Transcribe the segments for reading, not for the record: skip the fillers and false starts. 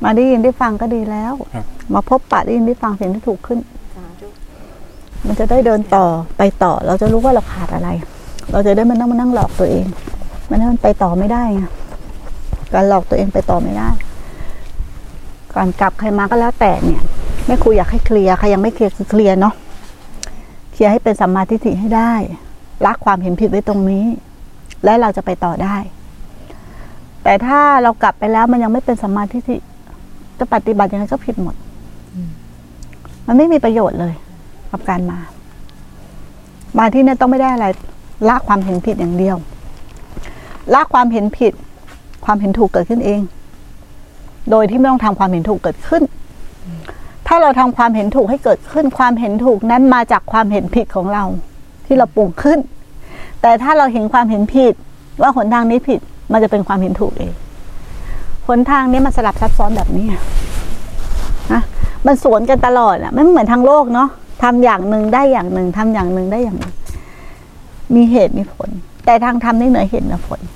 มาได้ยินได้ฟังก็ดีแล้วมาพบปะได้ยินได้ฟังสิ่งที่ถูกขึ้นมันจะได้เดินต่อไปต่อเราจะรู้ว่าเราขาดอะไรเราจะได้ไม่ต้องมานั่งหลอกตัวเองมันไปต่อไม่ได้ไงการหลอกตัวเองไปต่อไม่ได้ก่อนกลับใครมาก็แล้วแต่เนี่ยแม่ครูอยากให้เคลียร์ใครยังไม่เคลียร์คือเคลียร์เนาะเคลียร์ให้เป็นสัมมาทิฏฐิให้ได้ละความเห็นผิดไว้ตรงนี้และเราจะไปต่อได้แต่ถ้าเรากลับไปแล้วมันยังไม่เป็นสัมมาทิฏฐิจะปฏิบัติยังไงก็ผิดหมดมันไม่มีประโยชน์เลยกับการมาที่นี่ต้องไม่ได้อะไรละความเห็นผิดอย่างเดียวละความเห็นผิดความเห็นถูกเกิดขึ้นเองโดยที่ไม่ต้องทำความเห็นถูกเกิดขึ้นถ้าเราทำความเห็นถูกให้เกิดขึ้นความเห็นถูกนั้นมาจากความเห็นผิดของเราที่เราปรุงขึ้นแต่ถ้าเราเห็นความเห็นผิดว่าหนทางนี้ผิดมันจะเป็นความเห็นถูกเองหนทางนี้มันสลับซับซ้อนแบบนี้นะมันสวนกันตลอดอ่ะไม่เหมือนทางโลกเนาะทำอย่างหนึ่งได้อย่างหนึ่งทำอย่างหนึ่งได้อย่างหนึ่งมีเหตุมีผลแต่ทางธรรมนี่เหนือเหตุเหนือผล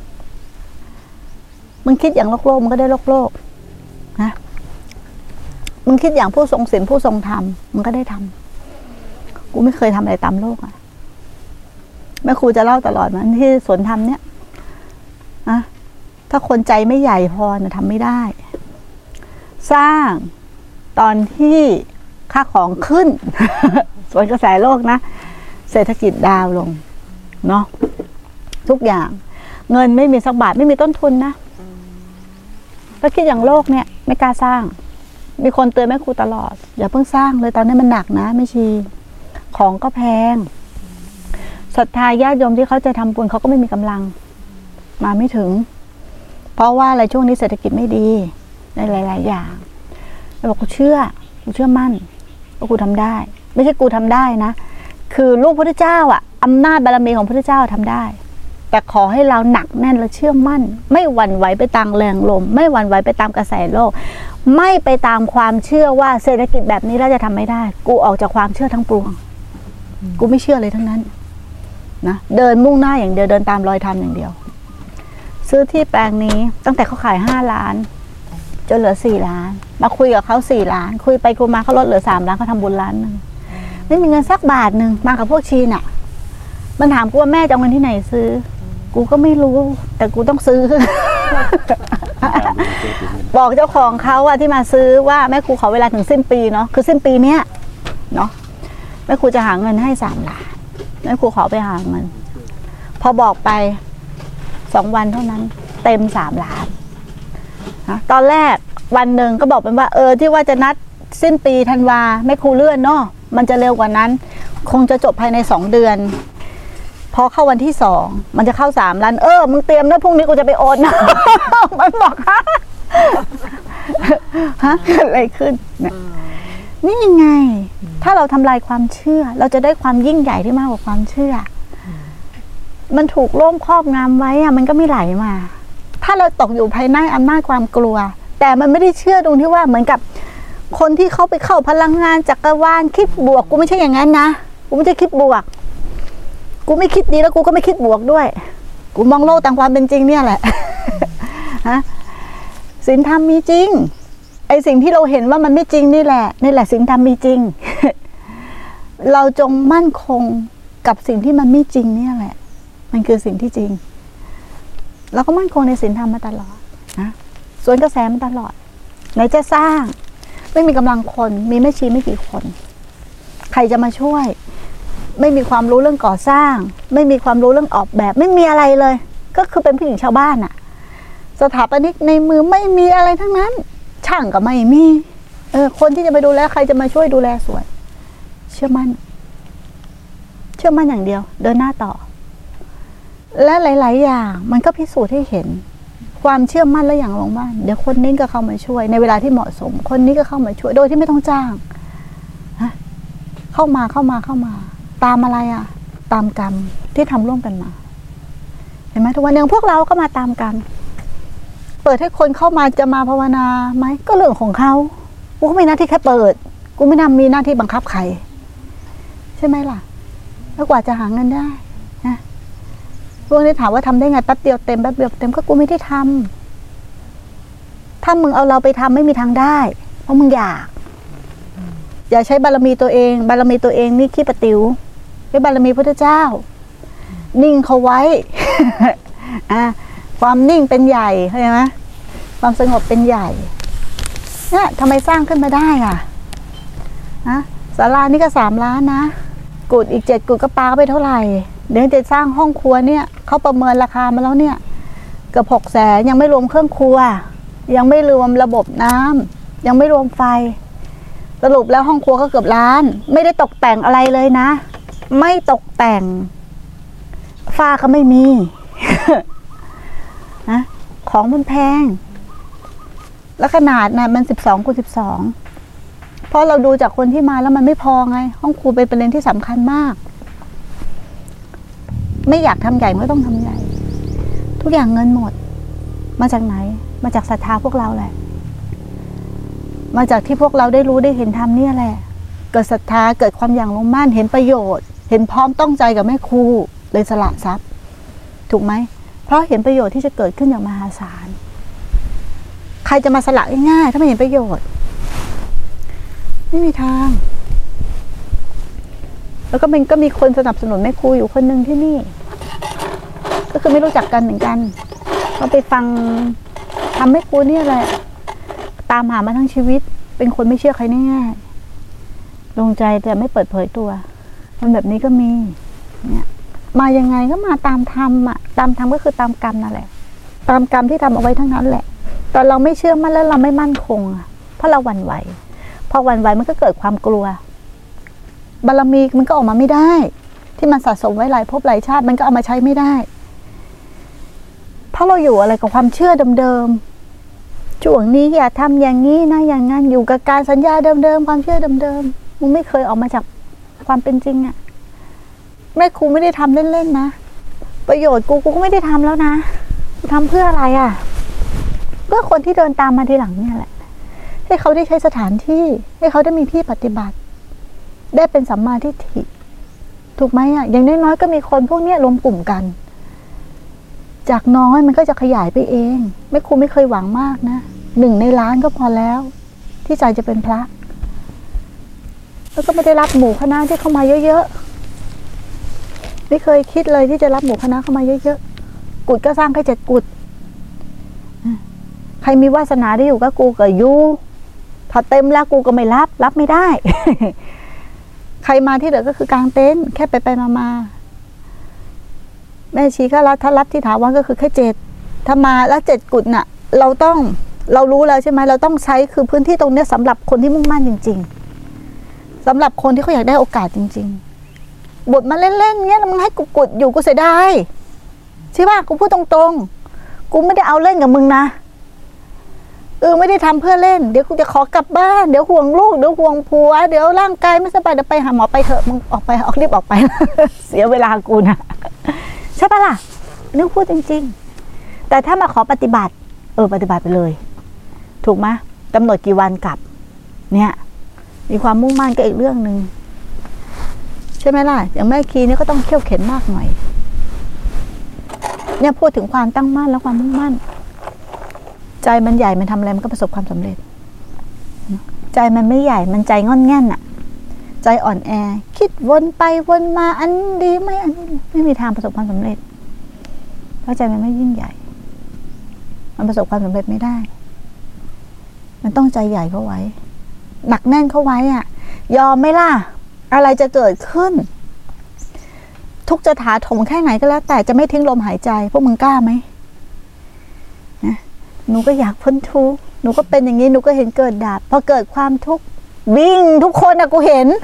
มึงคิดอย่างโลกมันก็ได้โลกนะมึงคิดอย่างผู้ทรงศีลผู้ทรงธรรมมึงก็ได้ทำกูไม่เคยทำอะไรตามโลกอ่ะแม่ครูจะเล่าตลอดมันที่สวนธรรมเนี่ยนะถ้าคนใจไม่ใหญ่พอนะทำไม่ได้สร้างตอนที่ค่าของขึ้น ส่วนกระแสโลกนะเศรษฐกิจดาวลงเนาะทุกอย่างเงินไม่มีสักบาทไม่มีต้นทุนนะถ้าคิดอย่างโลกเนี่ยไม่กล้าสร้างมีคนเตือนแม่ครูตลอดอย่าเพิ่งสร้างเลยตอนนี้มันหนักนะไม่ชีของก็แพงศรัทธาญาติโยมที่เขาจะทำบุญเขาก็ไม่มีกำลังมาไม่ถึงเพราะว่าอะไรช่วงนี้เศรษฐกิจไม่ดีในหลายๆอย่างเราบอกกูเชื่อมั่นว่ากูทำได้ไม่ใช่กูทำได้นะคือลูกพระพุทธเจ้าอ่ะอำนาจบารมีของพระพุทธเจ้าทำได้แต่ขอให้เราหนักแน่นและเชื่อมั่นไม่หวั่นไหวไปตามแรงลมไม่หวั่นไหวไปตามกระแสโลกไม่ไปตามความเชื่อว่าเศรษฐกิจแบบนี้เราจะทำไม่ได้กูออกจากความเชื่อทั้งปวงกูไม่เชื่อเลยทั้งนั้นนะเดินมุ่งหน้าอย่างเดียวเดินตามรอยธรรมอย่างเดียวซื้อที่แปลงนี้ตั้งแต่เขาขาย5 ล้านจนเหลือ4 ล้านมาคุยกับเขา4 ล้านคุยไปคุยมาเขาลดเหลือ3 ล้านเขาทำบุญ1 ล้านไม่มีเงินสักบาทหนึ่งมากับพวกชีน่ะมันถามกูว่าแม่จะเอาเงินที่ไหนซื้อกูก็ไม่รู้แต่กูต้องซื้อ บอกเจ้าของเขาอะที่มาซื้อว่าแม่ครูขอเวลาถึงสิ้นปีเนาะคือสิ้นปีเนี้ยเนาะแม่ครูจะหาเงินให้3 ล้านแม่ครูขอไปหาเงินพอบอกไป2 วันเท่านั้นเต็ม3 ล้านนะตอนแรกวันหนึ่งก็บอกเป็นว่าที่ว่าจะนัดสิ้นปีธันวาแม่ครูเลื่อนเนาะมันจะเร็วกว่านั้นคงจะจบภายใน2 เดือนพอเข้าวันที่2มันจะเข้า3 ล้านมึงเตรียมนะพรุ่งนี้กูจะไปโอนนะ มันบอกฮะเกิดอะไรขึ้นนี่ยังไงถ้าเราทำลายความเชื่อเราจะได้ความยิ่งใหญ่ที่มากกว่าความเชื่อมันถูกโล่มครอบงำไว้อะมันก็ไม่ไหลมาถ้าเราตกอยู่ภายใต้อำนาจความกลัวแต่มันไม่ได้เชื่อตรงที่ว่าเหมือนกับคนที่เขาไปเข้าพลังงานจักรวาลคิดบวกกูไม่ใช่อย่างนั้นนะกูไม่ใช่คิดบวกกูไม่คิดดีแล้วกูก็ไม่คิดบวกด้วยกูมองโลกตามความเป็นจริงเนี่ยแหละ ฮะศีลธรรมมีจริงไอสิ่งที่เราเห็นว่ามันไม่จริงนี่แหละศีลธรรมมีจริง เราจงมั่นคงกับสิ่งที่มันไม่จริงเนี่ยแหละมันคือสิ่งที่จริงเราก็มั่นคงในศีลธรรมมาตลอดนะส่วนกระแสมาตลอดไหนจะสร้างไม่มีกำลังคนมีแม่ชีไม่กี่คนใครจะมาช่วยไม่มีความรู้เรื่องก่อสร้างไม่มีความรู้เรื่องออกแบบไม่มีอะไรเลยก็คือเป็นผู้หญิงชาวบ้านอะสถาปนิกในมือไม่มีอะไรทั้งนั้นช่างก็ไม่มีคนที่จะมาดูแลใครจะมาช่วยดูแลสวนเชื่อมั่นอย่างเดียวเดินหน้าต่อและหลายๆอย่างมันก็พิสูจน์ให้เห็นความเชื่อมั่นและอย่างลงบ้านเดี๋ยวคนนี้ก็เข้ามาช่วยในเวลาที่เหมาะสมคนนี้ก็เข้ามาช่วยโดยที่ไม่ต้องจ้างเข้ามาตามอะไรอะตามกรรมที่ทำร่วมกันมาเห็นไหมทุกวันอย่างพวกเราก็มาตามกรรมเปิดให้คนเข้ามาจะมาภาวนาไหมก็เรื่องของเขากูก็ไม่มีหน้าที่แค่เปิดกูไม่มีหน้าที่บังคับใครใช่ไหมล่ะแล้วกว่าจะหาเงินได้นะพวกนี้ถามว่าทำได้ไงแป๊บเดียวเต็มก็กูไม่ได้ทำถ้ามึงเอาเราไปทำไม่มีทางได้เพราะมึงอย่าใช้บารมีตัวเองบารมีตัวเองนี่ขี้ประติ๋วใช้บารมีพระเจ้านิ่งเขาไว้ ความนิ่งเป็นใหญ่เข้าใจไหมความสงบเป็นใหญ่เนี่ยทำไมสร้างขึ้นมาได้อ่ะศาลานี่ก็3 ล้านนะกุดอีก7 กุดก็ปาไปเท่าไหร่เดี๋ยวจะสร้างห้องครัวเนี่ยเขาประเมินราคามาแล้วเนี่ยเกือบ600,000ยังไม่รวมเครื่องครัวยังไม่รวมระบบน้ำยังไม่รวมไฟสรุปแล้วห้องครัวก็เกือบล้านไม่ได้ตกแต่งอะไรเลยนะไม่ตกแต่งฝ้าก็ไม่มี นะของมันแพงแล้วขนาดนะมัน12x12เพราะเราดูจากคนที่มาแล้วมันไม่พอไงห้องครัวเป็นประเด็นที่สำคัญมากไม่อยากทำใหญ่ก็ต้องทำใหญ่ทุกอย่างเงินหมดมาจากไหนมาจากศรัทธาพวกเราแหละมาจากที่พวกเราได้รู้ได้เห็นธรรมเนี่ยแหละเกิดศรัทธาเกิดความอย่างลงมั่นเห็นประโยชน์เห็นพร้อมต้องใจกับแม่ครูเลยสละทรัพย์ถูกไหมเพราะเห็นประโยชน์ที่จะเกิดขึ้นอย่างมหาศาลใครจะมาสละง่ายๆถ้าไม่เห็นประโยชน์ไม่มีทางแล้วก็มีคนสนับสนุนแม่ครูอยู่คนหนึ่งที่นี่ก็คือไม่รู้จักกันเหมือนกันเขาไปฟังทำแม่ครูเนี่ยแหละตามหามาทั้งชีวิตเป็นคนไม่เชื่อใครง่ายๆลงใจแต่ไม่เปิดเผยตัวคนแบบนี้ก็มีเนี่ยมายังไงก็มาตามธรรมอ่ะตามธรรมก็คือตามกรรมนั่นแหละตามกรรมที่ทำเอาไว้ทั้งนั้นแหละแต่เราไม่เชื่อมั่นแล้วเราไม่มั่นคงอ่ะเพราะเราหวั่นไหวพอหวั่นไหวมันก็เกิดความกลัวบารมีมันก็ออกมาไม่ได้ที่มันสะสมไว้หลายภพหลายชาติมันก็เอามาใช้ไม่ได้เพราะเราอยู่อะไรกับความเชื่อเดิมๆช่วงนี้อย่าทำอย่างนี้นะอย่างนั้นอยู่กับการสัญญาเดิมๆความเชื่อเดิมๆมึงไม่เคยออกมาจากความเป็นจริงอ่ะแม่ครูไม่ได้ทำเล่นๆนะประโยชน์กูก็ไม่ได้ทำแล้วนะทำเพื่ออะไรอ่ะเพื่อคนที่เดินตามมาทีหลังเนี่ยแหละให้เขาได้ใช้สถานที่ให้เขาได้มีที่ปฏิบัติได้เป็นสัมมาทิฏฐิถูกไหมอ่ะอย่างน้อยๆก็มีคนพวกนี้รวมกลุ่มกันจากน้อยมันก็จะขยายไปเองแม่ครูไม่เคยหวังมากนะ1 ในล้านก็พอแล้วที่ใจจะเป็นพระแล้วก็ไม่ได้รับหมู่คณะที่เข้ามาเยอะๆไม่เคยคิดเลยที่จะรับหมู่คณะเข้ามาเยอะๆกุดก็สร้างแค่7 กุดใครมีวาสนาได้อยู่ก็กูก็อยู่พอเต็มแล้วกูก็ไม่รับไม่ได้ ใครมาที่เหลือก็คือกางเต็นท์แค่ไปมาแม่ชีก็รับถ้ารับที่ถาวรก็คือแค่7ถ้ามาแล้ว7 กุดน่ะเรารู้แล้วใช่ไหมเราต้องใช้คือพื้นที่ตรงนี้สำหรับคนที่มุ่งมั่นจริงๆสำหรับคนที่เขาอยากได้โอกาสจริงๆบทมาเล่นๆเงี้ยมึงให้กูกุดอยู่กูเสียดายใช่ป่ะกูพูดตรงๆกูไม่ได้เอาเล่นกับมึงนะไม่ได้ทำเพื่อเล่นเดี๋ยวกูจะขอกลับบ้านเดี๋ยวห่วงลูกเดี๋ยวห่วงผัวเดี๋ยวร่างกายไม่สบายเดี๋ยวไปหาหมอไปเถอะมึงออกไปรีบออกไป เสียเวลากูนะใช่ปะล่ะนึกพูดจริงๆแต่ถ้ามาขอปฏิบัติปฏิบัติไปเลยถูกไหมกำหนดกี่วันกลับเนี่ยมีความมุ่งมั่นก็อีกเรื่องนึงใช่ไหมล่ะอย่างแม่คีนี่ก็ต้องเขี่ยวเข็นมากหน่อยเนี่ยพูดถึงความตั้งมั่นและความมุ่งมั่นใจมันใหญ่มันทำอะไรมันก็ประสบความสำเร็จใจมันไม่ใหญ่มันใจงอนแง่นอะใจอ่อนแอคิดวนไปวนมาอันดีไม่อันนี้ไม่มีทางประสบความสำเร็จเพราะใจมันไม่ยิ่งใหญ่มันประสบความสำเร็จไม่ได้มันต้องใจใหญ่เข้าไว้หนักแน่นเข้าไว้อะยอมไหมล่ะอะไรจะเกิดขึ้นทุกจะถาโถมแค่ไหนก็แล้วแต่จะไม่ทิ้งลมหายใจพวกมึงกล้าไหมหนูก็อยากพ้นทุกข์หนูก็เป็นอย่างนี้หนูก็เห็นเกิดดับพอเกิดความทุกข์วิ่งทุกคนอะกูเห็น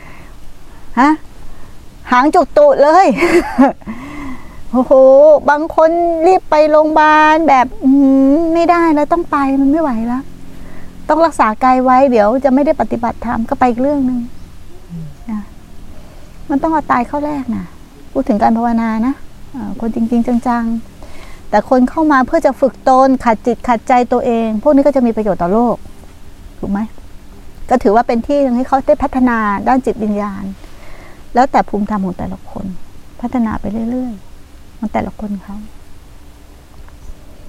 หางจุกตูดเลย โอ้โหบางคนรีบไปโรงพยาบาลแบบไม่ได้แล้วต้องไปมันไม่ไหวแล้วต้องรักษากายไว้เดี๋ยวจะไม่ได้ปฏิบัติธรรมก็ไปอีกเรื่องนึงนะมันต้องเอาตายเข้าแรกนะพูดถึงการภาวนานะคนจริงๆจังๆแต่คนเข้ามาเพื่อจะฝึกตนขัดจิตขัดใจตัวเองพวกนี้ก็จะมีประโยชน์ต่อโลกถูกไหมก็ถือว่าเป็นที่นึงให้เขาได้พัฒนาด้านจิตวิญญาณแล้วแต่ภูมิธรรมของแต่ละคนพัฒนาไปเรื่อยๆของแต่ละคนเขา